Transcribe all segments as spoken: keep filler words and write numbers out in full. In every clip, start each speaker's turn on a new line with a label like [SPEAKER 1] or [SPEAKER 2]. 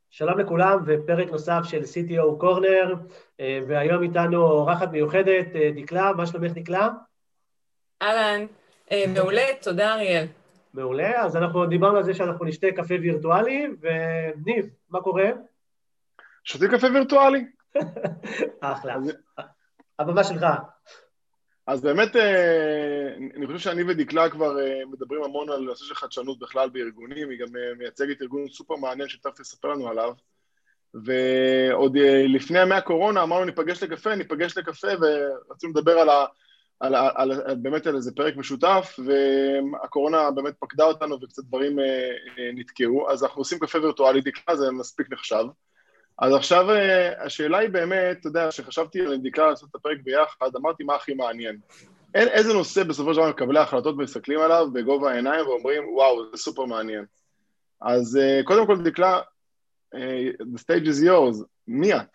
[SPEAKER 1] שלום לכולם, ופרק נוסף של סי טי או קורנר, והיום איתנו אורחת מיוחדת, דקלה. מה שלומך, דקלה?
[SPEAKER 2] אהלן, מעולה, תודה אריאל.
[SPEAKER 1] מעולה, אז אנחנו דיברנו על זה שאנחנו נשתה קפה וירטואלי, וניב, מה קורה?
[SPEAKER 3] שותים קפה וירטואלי.
[SPEAKER 1] אחלה, הבמה שלך.
[SPEAKER 3] אז באמת, אני חושב שאני ודקלה כבר מדברים המון על נושא של חדשנות בכלל בארגונים, היא גם מייצגת ארגון סופר מעניין שתכף תספר לנו עליו, ועוד לפני ימי הקורונה אמרנו ניפגש לקפה, ניפגש לקפה, ורצינו לדבר על, ה, על, ה, על, על, באמת על איזה פרק משותף, והקורונה באמת פקדה אותנו וקצת דברים נתקעו, אז אנחנו עושים קפה וירטואלי, דקלה זה מספיק נחשב. אז עכשיו השאלה היא באמת, אתה יודע, שחשבתי על דקלה לעשות את הפרק ביחד, אמרתי מה הכי מעניין. אין איזה נושא בסופו של דבר מקבלי ההחלטות מסתכלים עליו בגובה העיניים ואומרים, וואו, זה סופר מעניין. אז קודם כל דקלה, the stage is yours, מי את?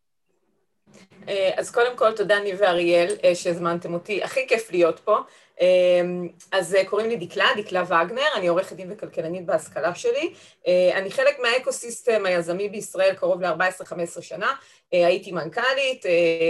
[SPEAKER 2] אז קודם כל תודה ניב ואריאל שהזמנתם אותי, הכי כיף להיות פה. אז קוראים לי דקלה, דקלה וגנר, אני עורכת דין וכלכלנית בהשכלה שלי. אני חלק מהאקוסיסטם היזמי בישראל קרוב ל-ארבע עשרה חמש עשרה שנה, הייתי מנכ"לית,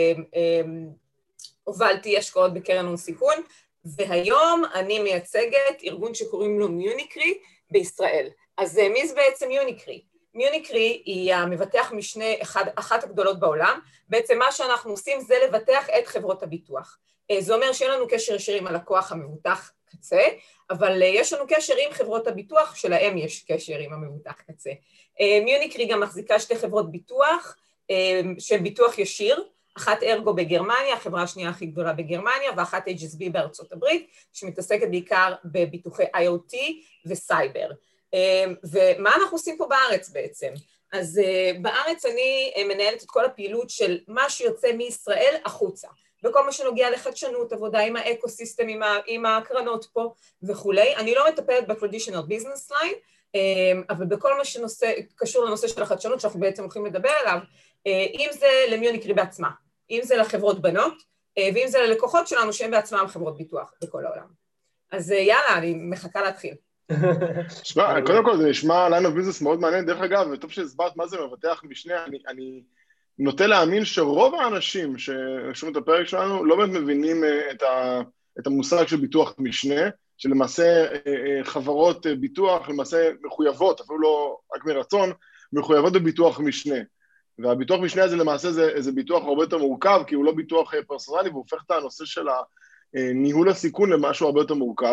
[SPEAKER 2] הובלתי השקעות בקרן הון סיכון, והיום אני מייצגת ארגון שקוראים לו מיוניקרי בישראל. אז מי זה בעצם מיוניקרי? מיוניקרי היא המבטח משנה אחד, אחת הגדולות בעולם. בעצם מה שאנחנו עושים זה לבטח את חברות הביטוח. זה אומר שאין לנו קשר ישיר עם הלקוח המבוטח קצה, אבל יש לנו קשר עם חברות הביטוח, שלהם יש קשר עם המבוטח קצה. מיוניקרי גם מחזיקה שתי חברות ביטוח, שהן ביטוח ישיר, אחת ארגו בגרמניה, החברה השנייה הכי גדולה בגרמניה, ואחת אייץ' אס בי בארצות הברית, שמתעסקת בעיקר בביטוחי איי או טי וסייבר. ומה אנחנו עושים פה בארץ בעצם? אז בארץ אני מנהלת את כל הפעילות של מה שיוצא מישראל החוצה, וכל מה שנוגע לחדשנות, עבודה עם האקוסיסטם, עם, עם הקרנות פה וכולי. אני לא מטפלת ב-traditional business line, אבל בכל מה שקשור לנושא של החדשנות שאנחנו בעצם הולכים לדבר עליו, אם זה למיוניקרי בעצמה, אם זה לחברות בנות, ואם זה ללקוחות שלנו שהם בעצמם חברות ביטוח בכל העולם. אז יאללה, אני מחכה להתחיל.
[SPEAKER 3] שמע, קודם כל זה נשמע line of business מאוד מעניין, דרך אגב, וטוב שהסברת מה זה מבטח משנה, אני, אני נוטה להאמין שרוב האנשים ששומעים את הפרק שלנו לא באמת מבינים את, ה, את המושג של ביטוח משנה, שלמעשה חברות ביטוח למעשה מחויבות, אפילו לא רק מרצון, מחויבות בביטוח משנה. והביטוח משנה הזה למעשה זה, זה ביטוח הרבה יותר מורכב, כי הוא לא ביטוח פרסונלי, והוא הופך את הנושא של ניהול הסיכון למשהו הרבה יותר מורכב.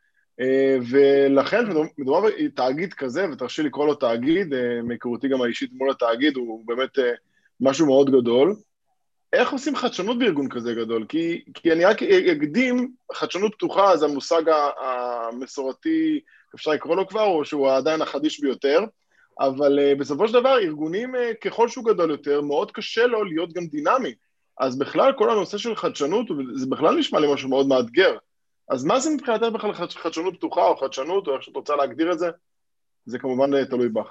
[SPEAKER 3] ולכן מדובר בתאגיד כזה, ותרשי לקרוא לו תאגיד, מהיכרותי גם האישית מול התאגיד, הוא באמת משהו מאוד גדול. איך עושים חדשנות בארגון כזה גדול? כי, כי אני רק אקדים, חדשנות פתוחה זה המושג המסורתי, אפשר לקרוא לו כבר, או שהוא עדיין החדיש ביותר, אבל בסופו של דבר, ארגונים ככל שהוא גדול יותר, מאוד קשה לו להיות גם דינמי. אז בכלל, כל הנושא של חדשנות, זה בכלל נשמע לי משהו מאוד מאתגר. אז מה זה מבחינתך בכלל חדשנות פתוחה או חדשנות, או איך שאת רוצה להגדיר את זה? זה כמובן תלוי בך.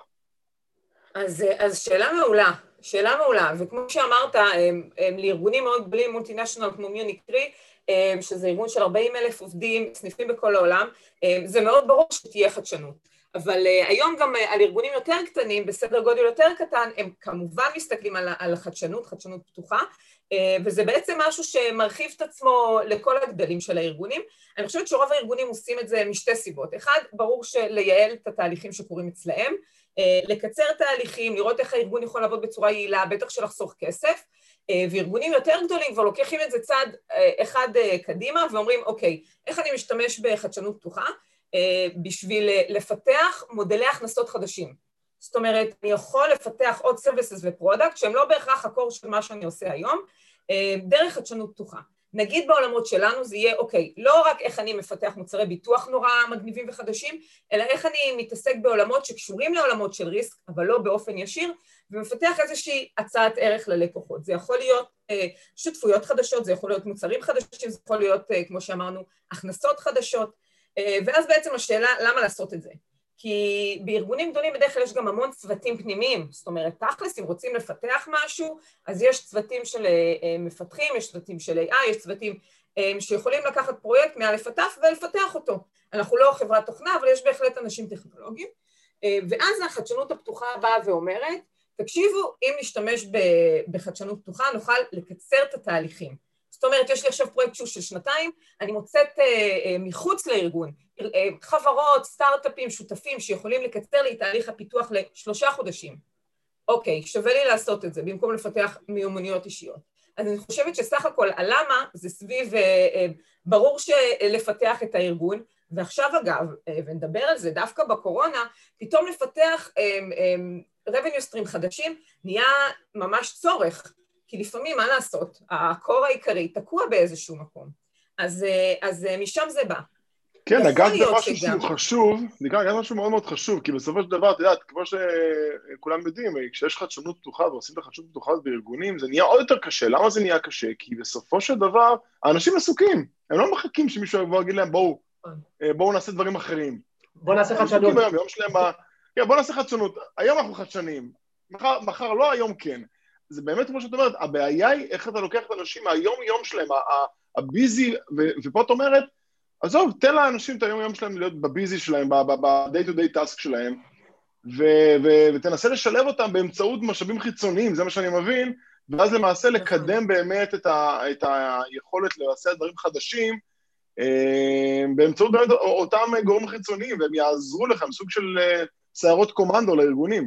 [SPEAKER 2] אז, אז שאלה מעולה, שאלה מעולה, וכמו שאמרת, הם, הם לארגונים מאוד גדולים, מולטינשיונל כמו מיוניקרי, שזה ארגון של ארבעים אלף עובדים, סניפים בכל העולם, זה מאוד ברור שתהיה חדשנות. אבל היום גם על ארגונים יותר קטנים, בסדר גודל יותר קטן, הם כמובן מסתכלים על, על חדשנות, חדשנות פתוחה, וזה בעצם משהו שמרחיב את עצמו לכל הגדלים של הארגונים. אני חושבת שרוב הארגונים עושים את זה משתי סיבות. אחד, ברור שלייעל את התהליכים שקורים אצלהם, לקצר תהליכים, לראות איך הארגון יכול לעבוד בצורה יעילה, בטח של לחסוך כסף, וארגונים יותר גדולים כבר לוקחים את זה צעד אחד קדימה, ואומרים, אוקיי, איך אני משתמש בחדשנות פתוחה? בשביל לפתח מודלי הכנסות חדשים. זאת אומרת, אני יכול לפתח עוד services ופרודקט, שהם לא בהכרח הקור של מה שאני עושה היום, דרך חדשנות פתוחה. נגיד בעולמות שלנו זה יהיה, אוקיי, לא רק איך אני מפתח מוצרי ביטוח נורא מגניבים וחדשים, אלא איך אני מתעסק בעולמות שקשורים לעולמות של ריסק, אבל לא באופן ישיר, ומפתח איזושהי הצעת ערך ללקוחות. זה יכול להיות אה, שותפויות חדשות, זה יכול להיות מוצרים חדשים, זה יכול להיות, אה, כמו שאמרנו, הכנסות חדשות, אה, ואז בעצם השאלה, למה לעשות את זה? כי בארגונים גדולים בדרך כלל יש גם המון צוותים פנימיים, זאת אומרת, תכלס, אם רוצים לפתח משהו, אז יש צוותים של מפתחים, יש צוותים של איי איי, יש צוותים שיכולים לקחת פרויקט מאלף עד תף ולפתח אותו. אנחנו לא חברת תוכנה, אבל יש בהחלט אנשים טכנולוגיים. ואז החדשנות הפתוחה באה ואומרת, תקשיבו, אם נשתמש בחדשנות פתוחה, נוכל לקצר את התהליכים. זאת אומרת, יש לי עכשיו פרויקט שהוא של שנתיים, אני מוצאת מחוץ לארגון, חברות, סטארט-אפים, שותפים, שיכולים לקצר לי תהליך הפיתוח לשלושה חודשים. אוקיי, שווה לי לעשות את זה, במקום לפתח מיומנויות אישיות. אז אני חושבת שסך הכל, הלמה זה סביב, ברור שלפתח את הארגון, ועכשיו אגב, ונדבר על זה, דווקא בקורונה, פתאום לפתח revenue stream חדשים, נהיה ממש צורך, כי לפעמים מה לעשות, הקור העיקרי תקוע באיזשהו מקום, אז, אז משם זה בא.
[SPEAKER 3] כן, אגב זה משהו שהוא חשוב, זה גם משהו מאוד מאוד חשוב, כי בסופו של דבר, אתה יודעת, כמו שכולם יודעים, כשיש חדשנות פתוחה ועושים את החדשנות פתוחה בארגונים, זה נהיה עוד יותר קשה. למה זה נהיה קשה? כי בסופו של דבר, האנשים עסוקים, הם לא מחכים שמישהו יבוא ויגיד להם, בואו, בואו נעשה דברים אחרים.
[SPEAKER 1] בואו נעשה חדשנות.
[SPEAKER 3] בואו נעשה חדשנות, היום אנחנו חדשנים, מחר לא, היום כן. זה באמת כמו שאת אומרת, הבעיה היא איך אתה לוקח את האנשים מהיום יום שלהם, הביזי, ופה את אומרת, עזוב, תן לאנשים את היום יום שלהם להיות בביזי שלהם, ב-day to day task שלהם, ותנסה לשלב אותם באמצעות משאבים חיצוניים, זה מה שאני מבין, ואז למעשה לקדם באמת את היכולת לעשות דברים חדשים, באמצעות באמת אותם גורמים חיצוניים, והם יעזרו לכם, סוג של סיירות קומנדו לארגונים.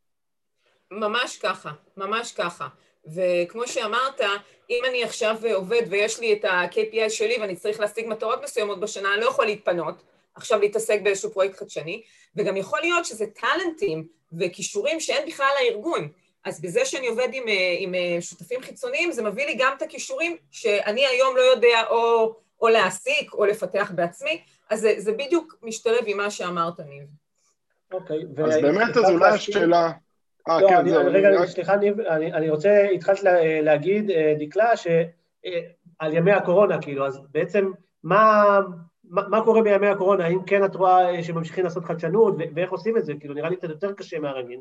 [SPEAKER 2] ממש ככה, ממש ככה. וכמו שאמרת, אם אני עכשיו עובד ויש לי את ה-K P I שלי ואני צריך להשיג מטרות מסוימות בשנה, אני לא יכול להתפנות, עכשיו להתעסק באיזשהו פרויקט חדשני, וגם יכול להיות שזה טלנטים וכישורים שאין בכלל לארגון. אז בזה שאני עובד עם, עם שותפים חיצוניים, זה מביא לי גם את הכישורים שאני היום לא יודע או, או להעסיק או לפתח בעצמי, אז זה, זה בדיוק משתלב עם מה שאמרת, ניב.
[SPEAKER 1] אוקיי.
[SPEAKER 3] אז באמת, אז אולי השאלה...
[SPEAKER 1] לא, אני, רגע, סליחה, אני, אני רוצה, התחלת להגיד, דקלה, שעל ימי הקורונה, כאילו, אז בעצם, מה, מה, מה קורה בימי הקורונה? האם כן את רואה שממשיכים לעשות חדשנות, ואיך עושים את זה? כאילו, נראה לי קצת יותר קשה מהרגיל.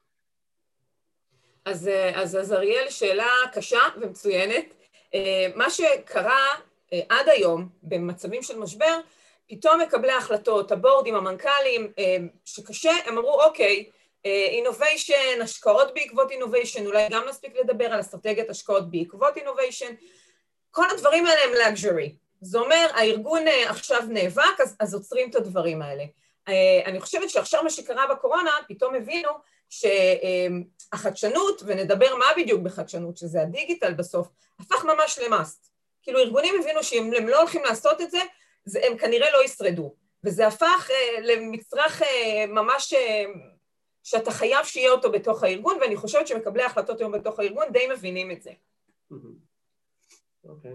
[SPEAKER 2] אז, אז, אז אריאל, שאלה קשה ומצוינת. מה שקרה עד היום, במצבים של משבר, פתאום מקבלי ההחלטות, הבורדים, המנכ"לים, שקשה, הם אמרו, אוקיי, אינוביישן, השקעות בעקבות אינוביישן, אולי גם נספיק לדבר על אסטרטגיית השקעות בעקבות אינוביישן, כל הדברים האלה הם לאגז'רי. זה אומר, הארגון עכשיו נאבק, אז, אז עוצרים את הדברים האלה. אני חושבת שעכשיו מה שקרה בקורונה, פתאום הבינו שהחדשנות, ונדבר מה בדיוק בחדשנות, שזה הדיגיטל בסוף, הפך ממש למאסט. כאילו ארגונים הבינו שאם הם לא הולכים לעשות את זה, זה הם כנראה לא ישרדו. וזה הפך למצרך ממש... שאתה חייב שיהיה אותו בתוך הארגון, ואני חושבת שמקבלי ההחלטות היום בתוך הארגון די מבינים את זה.
[SPEAKER 1] אוקיי.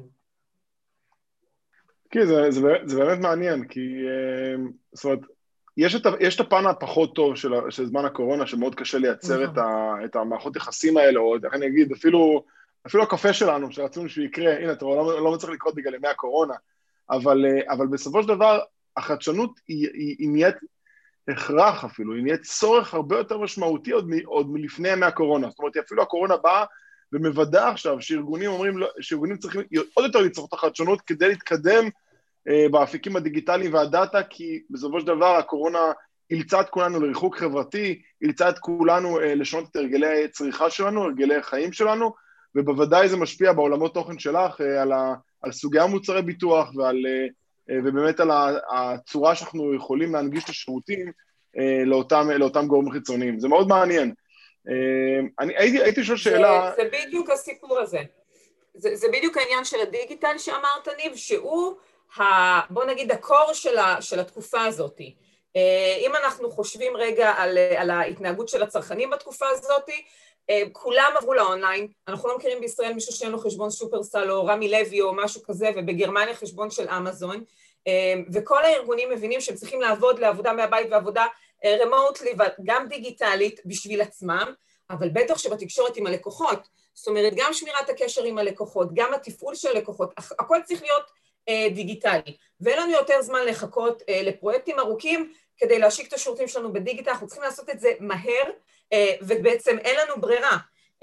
[SPEAKER 3] כי זה, זה, זה באמת מעניין, כי, זאת אומרת, יש את, יש את הפן הפחות טוב של, של זמן הקורונה, שמאוד קשה לייצר את, ה, את המערכות יחסים האלה, או איך אני אגיד, אפילו, אפילו הקפה שלנו, שרצינו שהוא יקרה, הנה, אתה לא, לא מצליח לקרות בגלל ימי הקורונה, אבל, אבל בסופו של דבר, החדשנות היא, היא, היא נהיית, הכרח אפילו, אם יהיה צורך הרבה יותר משמעותי עוד, מ, עוד מלפני ימי הקורונה. זאת אומרת, אפילו הקורונה באה ומוודא עכשיו שארגונים אומרים, שארגונים צריכים עוד יותר ליצור את החדשנות כדי להתקדם אה, באפיקים הדיגיטליים והדאטה, כי בסופו של דבר הקורונה אילצה את כולנו לריחוק חברתי, אילצה את כולנו אה, לשנות את הרגלי צריכה שלנו, הרגלי חיים שלנו, ובוודאי זה משפיע בעולמות תוכן שלך אה, על, ה, על סוגי המוצרי ביטוח ועל... אה, ובאמת על הצורה שאנחנו יכולים להנגיש את השירותים לאותם, לאותם גורמים חיצוניים. זה מאוד מעניין. אני הייתי, הייתי שואל שאלה...
[SPEAKER 2] זה, זה בדיוק הסיפור הזה. זה, זה בדיוק העניין של הדיגיטל שאמרת, ניב, שהוא, ה, בוא נגיד, הקור של, ה, של התקופה הזאת. אם אנחנו חושבים רגע על, על ההתנהגות של הצרכנים בתקופה הזאת, כולם עברו לאונליין, אנחנו לא מכירים בישראל מישהו שאין לו חשבון שופרסל או רמי לוי או משהו כזה, ובגרמניה חשבון של אמזון, וכל הארגונים מבינים שהם צריכים לעבוד לעבודה מהבית ועבודה רמוטלי וגם דיגיטלית בשביל עצמם, אבל בטח שבתקשורת עם הלקוחות, זאת אומרת גם שמירת הקשר עם הלקוחות, גם התפעול של הלקוחות, הכל צריך להיות דיגיטלי, ואין לנו יותר זמן לחכות לפרויקטים ארוכים כדי להשיק את השירותים שלנו בדיגיטל, אנחנו צריכים לעשות את זה מהר, ובעצם אין לנו ברירה.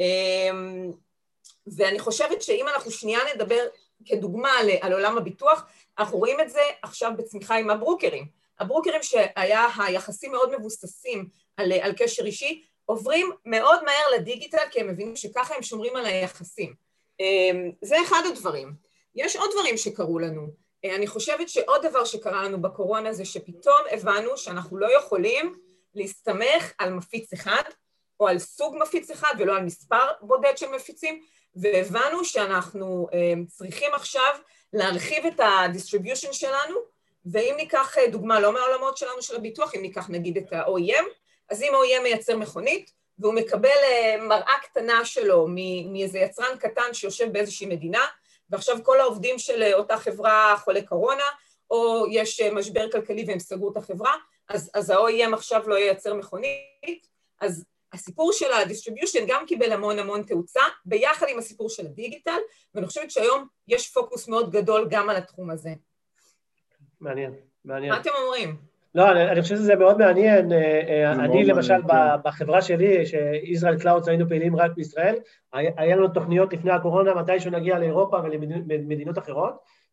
[SPEAKER 2] ואני חושבת שאם אנחנו שנייה נדבר כדוגמה על עולם הביטוח, אנחנו רואים את זה עכשיו בצמיחה עם הברוקרים. הברוקרים שהיה היחסים מאוד מבוססים על, על קשר אישי, עוברים מאוד מהר לדיגיטל, כי הם מבינים שככה הם שומרים על היחסים. זה אחד הדברים. יש עוד דברים שקרו לנו. אני חושבת שעוד דבר שקרה לנו בקורונה זה שפתאום הבנו שאנחנו לא יכולים להסתמך על מפיץ אחד, או על סוג מפיץ אחד, ולא על מספר בודד של מפיצים, והבנו שאנחנו צריכים עכשיו להרחיב את הדיסטריביושן שלנו, ואם ניקח דוגמה לא מהעולמות שלנו של הביטוח, אם ניקח נגיד את ה-או אי אם, אז אם ה-או אי אם מייצר מכונית, והוא מקבל מראה קטנה שלו מאיזה יצרן קטן שיושב באיזושהי מדינה, ועכשיו כל העובדים של אותה חברה חולה קורונה, או יש משבר כלכלי והם סגרו את החברה, אז, אז ה-או אי אם עכשיו לא ייצר מכונית, אז הסיפור של הדיסטריביושן גם קיבל המון המון תאוצה, ביחד עם הסיפור של הדיגיטל, ואני חושבת שהיום יש פוקוס מאוד גדול גם על התחום הזה.
[SPEAKER 1] מעניין, מעניין.
[SPEAKER 2] מה אתם אומרים?
[SPEAKER 1] לא, אני, אני חושב שזה מאוד מעניין. אני
[SPEAKER 3] מאוד
[SPEAKER 1] למשל
[SPEAKER 3] מעניין,
[SPEAKER 1] בחברה שלי, שישראל קלאודס היינו פעילים רק בישראל, היה לנו תוכניות לפני הקורונה, מתי שנגיע לאירופה ולמדינות אחרות,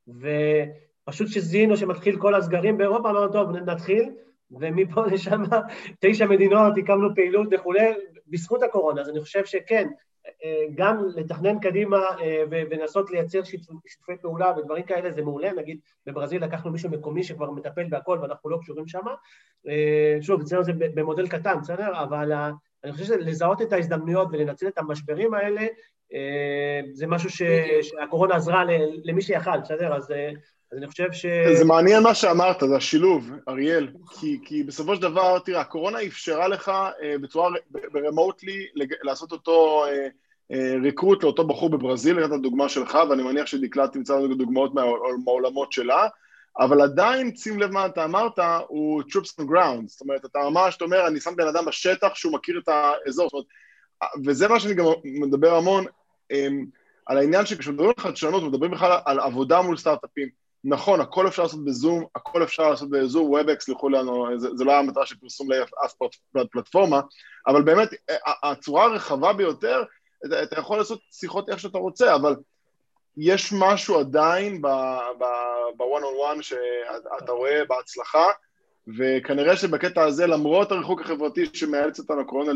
[SPEAKER 1] ופשוט שזינו שמתחיל כל הסגרים באירופה, אמרנו טוב, נתחיל, ומפה לשם תשע מדינות, הקמנו פעילות וכולי, בזכות הקורונה. אז אני חושב שכן, גם לתכנן קדימה ולנסות לייצר שיתופי פעולה ודברים כאלה זה מעולה. נגיד בברזיל לקחנו מישהו מקומי שכבר מטפל בהכל ואנחנו לא קשורים שם. שוב, אצלנו זה במודל קטן, בסדר? אבל אני חושב שלזהות את ההזדמנויות ולנצל את המשברים האלה, זה משהו שהקורונה עזרה למי שיכל, בסדר? אז אז אני חושב ש...
[SPEAKER 3] זה מעניין מה שאמרת, זה השילוב, אריאל, כי, כי בסופו של דבר, תראה, הקורונה אפשרה לך בצורה, ברמוטלי, לעשות אותו ריקרוט לאותו בחור בברזיל, נתת הדוגמה שלך, ואני מניח שדקלה תמצא לנו דוגמאות מהעולמות שלה, אבל עדיין, שים לב מה אתה אמרת, הוא troops on ground, זאת אומרת, אתה ממש, אתה אומר, אני שם בן אדם בשטח שהוא מכיר את האזור, זאת אומרת, וזה מה שאני גם מדבר המון, על העניין שכשמדברים על חדשנות, מדברים בכלל על עבודה מול סטארט-אפים, נכון, הכל אפשר לעשות בזום, הכל אפשר לעשות בזום, וובקס, לכו לנו, זה, זה לא היה המטרה של פרסום לאף פלטפורמה, אבל באמת, הצורה הרחבה ביותר, אתה, אתה יכול לעשות שיחות איך שאתה רוצה, אבל יש משהו עדיין ב-one on one שאתה רואה בהצלחה, וכנראה שבקטע הזה, למרות הריחוק החברתי שמאלץ אותנו הקורונה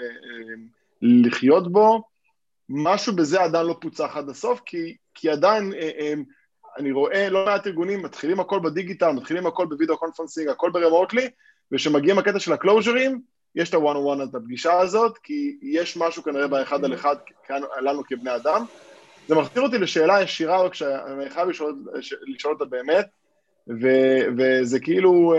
[SPEAKER 3] לחיות בו, משהו בזה עדיין לא פוצח עד הסוף, כי, כי עדיין... אני רואה לא מעט ארגונים, מתחילים הכל בדיגיטל, מתחילים הכל בווידאו קונפרנסינג, הכל ברמוטלי, ושמגיעים הקטע של הקלוז'רים, יש את ה-one on one, את הפגישה הזאת, כי יש משהו כנראה באחד על אחד, כאן לנו כבני אדם. זה מחזיר אותי לשאלה ישירה, רק שאני חייב לשאול, לשאול אותה באמת, ו- וזה כאילו,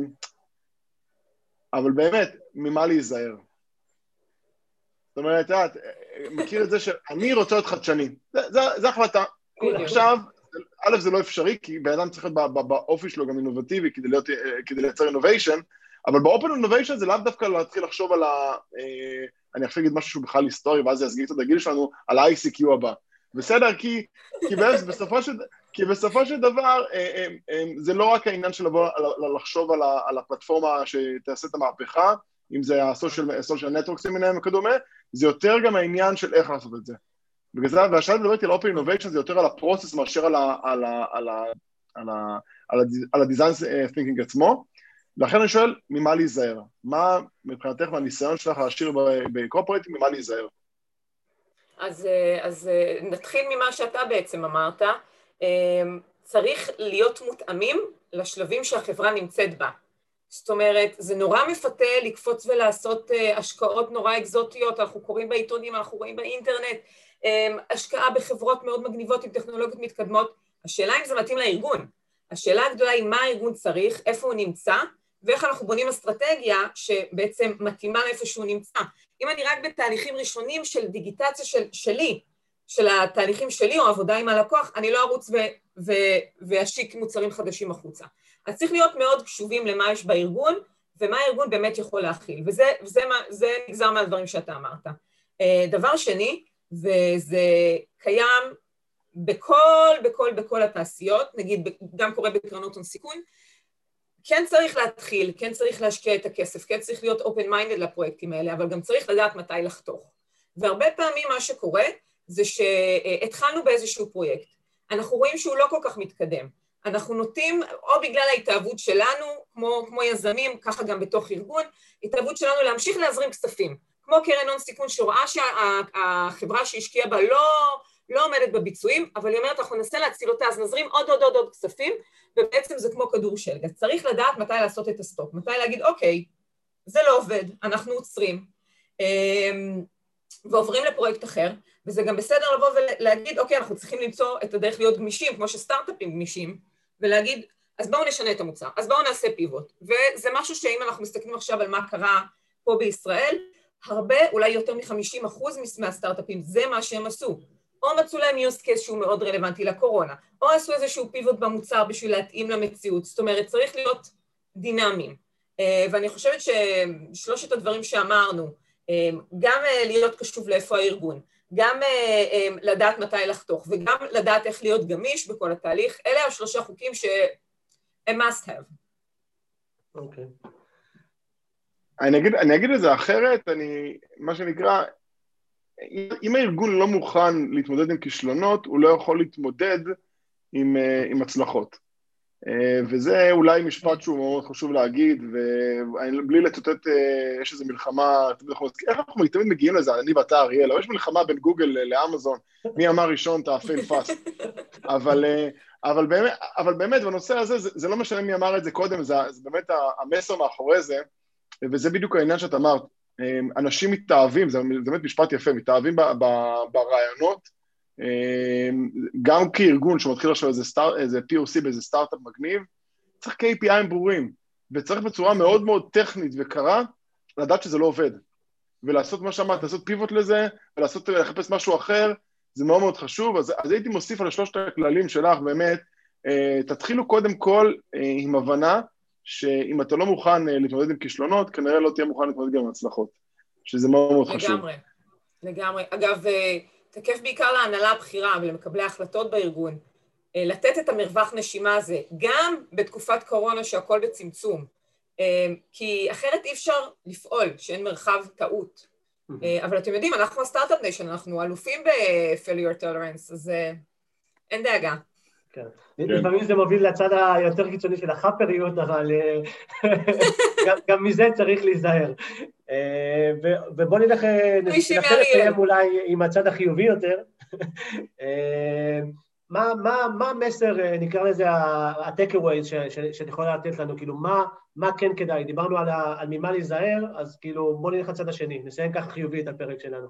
[SPEAKER 3] אבל באמת, ממה להיזהר? זאת אומרת, אתה מכיר את זה שאני רוצה להיות חדשני, זה, זה, זה החלטה. עכשיו, א', זה לא אפשרי, כי באדם צריך להיות באופי שלו גם אינובטיבי, כדי, להיות, כדי לייצר אינוביישן, אבל באופן אינוביישן זה לאו דווקא להתחיל לחשוב על ה... אני עכשיו אגיד משהו שהוא בכלל היסטורי, ואז זה יסגיר את הגיל שלנו, על ה-איי סי קיו הבא. בסדר? כי, כי, בסופו של, כי בסופו של דבר, זה לא רק העניין של לבוא, לחשוב על, ה, על הפלטפורמה שתעשה את המהפכה, אם זה הסושיאל נטוורקסים מנהם וכדומה, זה יותר גם העניין של איך לעשות את זה. בגלל זה, והשאלה מדברת על Open Innovation, זה יותר על הפרוסס מאשר על ה-Design Thinking עצמו, ולכן אני שואל, ממה להיזהר? מה מבחינתך מהניסיון שלך להשאיר בקורפורייטים, ממה להיזהר?
[SPEAKER 2] אז, אז נתחיל ממה שאתה בעצם אמרת, צריך להיות מותאמים לשלבים שהחברה נמצאת בה. זאת אומרת, זה נורא מפתה לקפוץ ולעשות השקעות נורא אקזוטיות, אנחנו קוראים בעיתונים, אנחנו רואים באינטרנט, השקעה בחברות מאוד מגניבות עם טכנולוגיות מתקדמות. השאלה אם זה מתאים לארגון. השאלה הגדולה היא מה הארגון צריך, איפה הוא נמצא, ואיך אנחנו בונים אסטרטגיה שבעצם מתאימה לאיפה שהוא נמצא. אם אני רק בתהליכים ראשונים של דיגיטציה של, שלי, של התהליכים שלי או עבודה עם הלקוח, אני לא ארוץ ו, ו, ואשיק מוצרים חדשים החוצה. אז צריך להיות מאוד קשובים למה יש בארגון, ומה הארגון באמת יכול להכיל. וזה, וזה, זה נגזר מהדברים שאתה אמרת. דבר שני, וזה קיים בכל, בכל, בכל התעשיות, נגיד גם קורה בקרנות הון סיכון, כן צריך להתחיל, כן צריך להשקיע את הכסף, כן צריך להיות open-minded לפרויקטים האלה, אבל גם צריך לדעת מתי לחתוך. והרבה פעמים מה שקורה זה שהתחלנו באיזשהו פרויקט, אנחנו רואים שהוא לא כל כך מתקדם, אנחנו נוטים, או בגלל ההתאהבות שלנו, כמו, כמו יזמים, ככה גם בתוך ארגון, התאהבות שלנו להמשיך להזרים כספים, כמו קרן הון סיכון שרואה שהחברה שהשקיעה בה לא, לא עומדת בביצועים, אבל היא אומרת, אנחנו ננסה להציל אותה, אז נזרים עוד עוד עוד עוד כספים, ובעצם זה כמו כדור שלג. אז צריך לדעת מתי לעשות את הסטופ, מתי להגיד, אוקיי, זה לא עובד, אנחנו עוצרים, ועוברים לפרויקט אחר, וזה גם בסדר לבוא ולהגיד, אוקיי, אנחנו צריכים למצוא את הדרך להיות גמישים, כמו שסטארט-אפים גמישים, ולהגיד, אז בואו נשנה את המוצר, אז בואו נעשה פיבוט. וזה משהו שאם אנחנו מסתכלים עכשיו על מה קרה פה בישראל, הרבה, אולי יותר מ-חמישים אחוז מהסטארט-אפים, זה מה שהם עשו. או מצאו להם use case שהוא מאוד רלוונטי לקורונה, או עשו איזשהו פיבוט במוצר בשביל להתאים למציאות. זאת אומרת, צריך להיות דינמיים. ואני חושבת ששלושת הדברים שאמרנו, גם להיות קשוב לאיפה הארגון, גם לדעת מתי לחתוך, וגם לדעת איך להיות גמיש בכל התהליך, אלה השלושה חוקים שהם must have.
[SPEAKER 1] אוקיי.
[SPEAKER 3] אני אגיד, אני אגיד את זה אחרת, אני, מה שנקרא, אם הארגון לא מוכן להתמודד עם כישלונות, הוא לא יכול להתמודד עם, עם הצלחות. וזה אולי משפט שהוא מאוד חשוב להגיד, ובלי לצטט, יש איזו מלחמה, איך אנחנו תמיד מגיעים לזה, אני ואתה אריאל, אבל יש מלחמה בין גוגל לאמזון, מי אמר ראשון, תאפל פאסט. אבל, אבל באמת, אבל באמת, בנושא הזה, זה, זה לא משנה מי אמר את זה קודם, זה, זה באמת המסר מאחורי זה, וזה בדיוק העניין שאת אמרת, אנשים מתאהבים, זה באמת משפט יפה, מתאהבים ברעיונות, גם כארגון שמתחיל עכשיו איזה, סטאר, איזה פי או סי באיזה סטארט-אפ מגניב, צריך קי פי איי ברורים, וצריך בצורה מאוד מאוד טכנית וקרה, לדעת שזה לא עובד, ולעשות מה שאמרת, לעשות פיבוט לזה, ולעשות, לחפש משהו אחר, זה מאוד מאוד חשוב, אז, אז הייתי מוסיף על שלושת הכללים שלך, באמת, תתחילו קודם כל עם הבנה, שאם אתה לא מוכן להתמודד עם כישלונות, כנראה לא תהיה מוכן להתמודד גם עם הצלחות, שזה מאוד מאוד חשוב.
[SPEAKER 2] לגמרי, לגמרי. אגב, תקף בעיקר להנהלה הבכירה ולמקבלי ההחלטות בארגון, לתת את המרווח נשימה הזה, גם בתקופת קורונה שהכל בצמצום, כי אחרת אי אפשר לפעול, שאין מרחב טעות. אבל אתם יודעים, אנחנו הסטארט-אפ ניישן, אנחנו אלופים ב-failure tolerance, אז אין דאגה.
[SPEAKER 1] כן. לפעמים זה מוביל לצד היותר קיצוני של החאפריות, אבל גם מזה צריך להיזהר. ובוא נלך, ננסה לסיים אולי עם הצד החיובי יותר. מה המסר, נקרא לזה, ה-takeaways שאת יכולה לתת לנו, כאילו, מה כן כדאי? דיברנו על ממה להיזהר, אז כאילו, בוא נלך לצד השני, נסיים ככה חיובי את הפרק שלנו.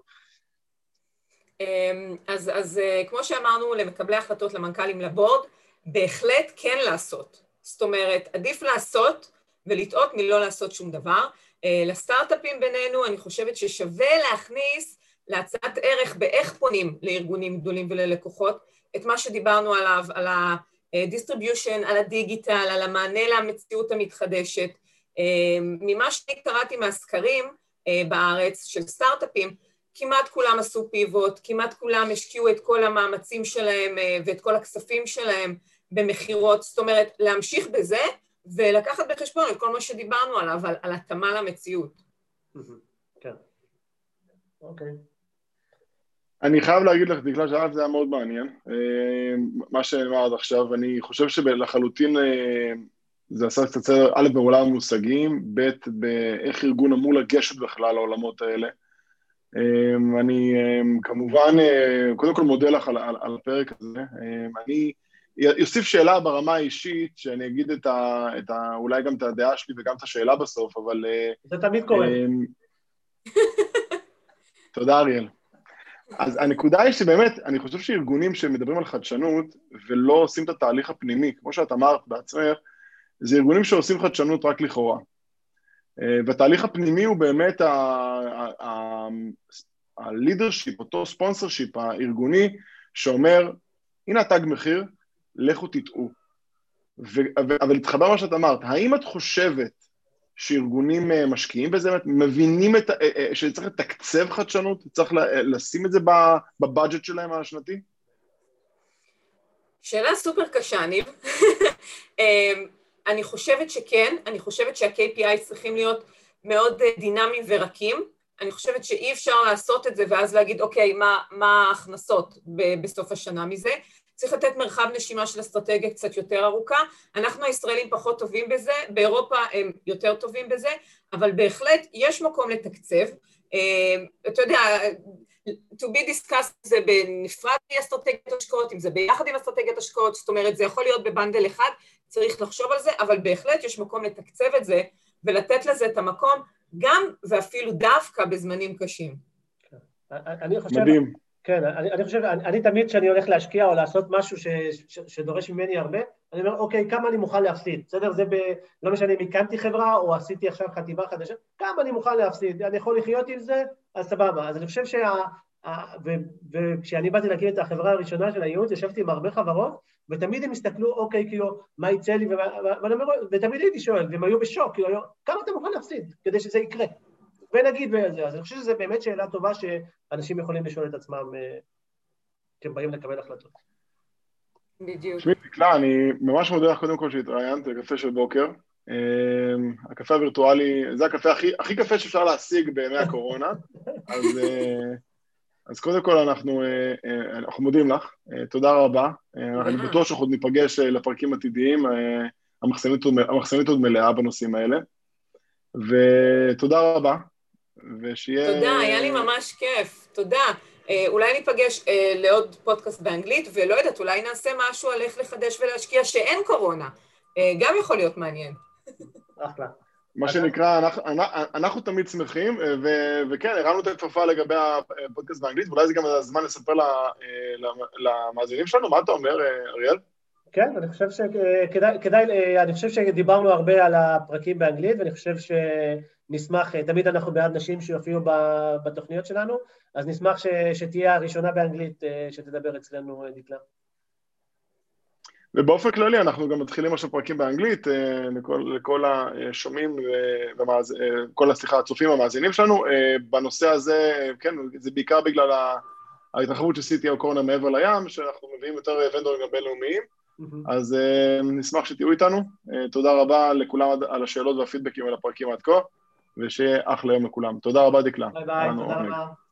[SPEAKER 2] אז, אז כמו שאמרנו, למקבלי החלטות, למנכ"לים, לבורד, בהחלט כן לעשות. זאת אומרת, עדיף לעשות ולטעות מלא לעשות שום דבר. לסטארט-אפים בינינו, אני חושבת ששווה להכניס להצעת ערך באיך פונים לארגונים גדולים וללקוחות, את מה שדיברנו עליו, על ה-distribution, על הדיגיטל, על המענה למציאות המתחדשת. ממה שאני קראתי מהסקרים בארץ של סטארט-אפים, כמעט כולם עשו פיבוט, כמעט כולם השקיעו את כל המאמצים שלהם ואת כל הכספים שלהם במחירות, זאת אומרת, להמשיך בזה ולקחת בחשבון את כל מה שדיברנו עליו, על, על התאמה למציאות.
[SPEAKER 3] כן. אוקיי. אני חייב להגיד לך, דקלה, שאף זה היה מאוד מעניין, מה שנאמר עד עכשיו, אני חושב שלחלוטין זה עשה קצת סדר, א', בעולם המושגים, ב', באיך ארגון אמור לגשת בכלל לעולמות האלה, אני כמובן, קודם כל מודה לך על, על, על הפרק הזה, אני יוסיף שאלה ברמה האישית, שאני אגיד את ה, את ה, אולי גם את הדעה שלי וגם את השאלה בסוף, אבל...
[SPEAKER 1] זה תמיד קורה.
[SPEAKER 3] תודה אריאל. אז הנקודה היא שבאמת, אני חושב שארגונים שמדברים על חדשנות, ולא עושים את התהליך הפנימי, כמו שאת אמרת בעצמך, זה ארגונים שעושים חדשנות רק לכאורה. והתהליך הפנימי הוא באמת ה-leadership, אותו sponsorship הארגוני, שאומר, הנה התג מחיר, לכו תטעו. אבל להתחבר מה שאת אמרת, האם את חושבת שארגונים משקיעים בזה, מבינים שצריך לתקצב חדשנות, צריך לשים את זה בבאג'ט שלהם השנתי?
[SPEAKER 2] שאלה סופר קשה, ניב. אני חושבת שכן, אני חושבת שה-קיי פי איי צריכים להיות מאוד דינמיים ורקים, אני חושבת שאי אפשר לעשות את זה ואז להגיד, אוקיי, מה, מה ההכנסות בסוף השנה מזה? צריך לתת מרחב נשימה של אסטרטגיה קצת יותר ארוכה, אנחנו הישראלים פחות טובים בזה, באירופה הם יותר טובים בזה, אבל בהחלט יש מקום לתקצב, אתה יודע, to be discussed זה בנפרד מאסטרטגיית השקעות, אם זה ביחד עם אסטרטגיית השקעות, זאת אומרת זה יכול להיות בבנדל אחד, צריך לחשוב על זה, אבל בהחלט יש מקום לתקצב את זה, ולתת לזה את המקום, גם ואפילו דווקא בזמנים קשים.
[SPEAKER 1] אני חושב,
[SPEAKER 3] מדהים.
[SPEAKER 1] כן, אני, אני חושב, אני, אני תמיד כשאני הולך להשקיע או לעשות משהו ש, ש, שדורש ממני הרבה, אני אומר, אוקיי, כמה אני מוכן להפסיד? בסדר? זה ב, לא משנה אם הקמתי חברה או עשיתי עכשיו חטיבה חדשה, כמה אני מוכן להפסיד? אני יכול לחיות עם זה? אז סבבה. אז אני חושב שה... ו, וכשאני באתי להקים את החברה הראשונה של הייעוץ, ישבתי עם הרבה חברות, ותמיד הם הסתכלו, אוקיי, כאילו, מה יצא לי? ומה, ומה, ותמיד הייתי שואל, והם היו בשוק, כאילו, כמה אתה מוכן להפסיד כדי שזה יקרה? ונגיד בזה, אז אני חושב שזו באמת שאלה טובה שאנשים יכולים לשאול את עצמם כשהם באים לקבל החלטות.
[SPEAKER 2] בדיוק.
[SPEAKER 3] שמי, דקלה, אני ממש מודה לך קודם כל שהתראיינת לקפה של בוקר. הקפה הווירטואלי, זה הקפה הכי, הכי קפה שאפשר להשיג בימי הקורונה, אז, אז קודם כל אנחנו, אנחנו מודים לך, תודה רבה. אני בטוח שאנחנו עוד ניפגש לפרקים עתידיים, המחסנית עוד מלאה בנושאים האלה, ותודה רבה. ושיהיה...
[SPEAKER 2] תודה, היה לי ממש כיף, תודה. אה, אולי ניפגש אה, לעוד פודקאסט באנגלית, ולא יודעת, אולי נעשה משהו על איך לחדש ולהשקיע שאין קורונה. אה, גם יכול להיות מעניין.
[SPEAKER 1] אחלה.
[SPEAKER 3] מה שנקרא, אנחנו, אנחנו תמיד שמחים, ו- וכן, הרמנו את הכפפה לגבי הפודקאסט באנגלית, ואולי זה גם הזמן לספר למאזינים שלנו. מה אתה אומר, אריאל?
[SPEAKER 1] כן, אני חושב שכדאי, כדאי, אני חושב שדיברנו הרבה על הפרקים באנגלית, ואני חושב שנשמח, תמיד אנחנו בעד נשים שיופיעו בתוכניות שלנו, אז נשמח ש, שתהיה הראשונה באנגלית שתדבר אצלנו, דקלה.
[SPEAKER 3] ובאופן כללי אנחנו גם מתחילים עכשיו פרקים באנגלית, לכל, לכל השומעים וכל הסליחה, הצופים המאזינים שלנו. בנושא הזה, כן, זה בעיקר בגלל ההתרחבות של סי טי או קורונה מעבר לים, שאנחנו מביאים יותר ונדורים גם בינלאומיים, אז נשמח שתהיו איתנו. תודה רבה לכולם על השאלות והפידבקים על הפרקים עד כה, ושיהיה אחלה יום לכולם. תודה רבה דקלה.
[SPEAKER 1] ביי ביי, תודה רבה.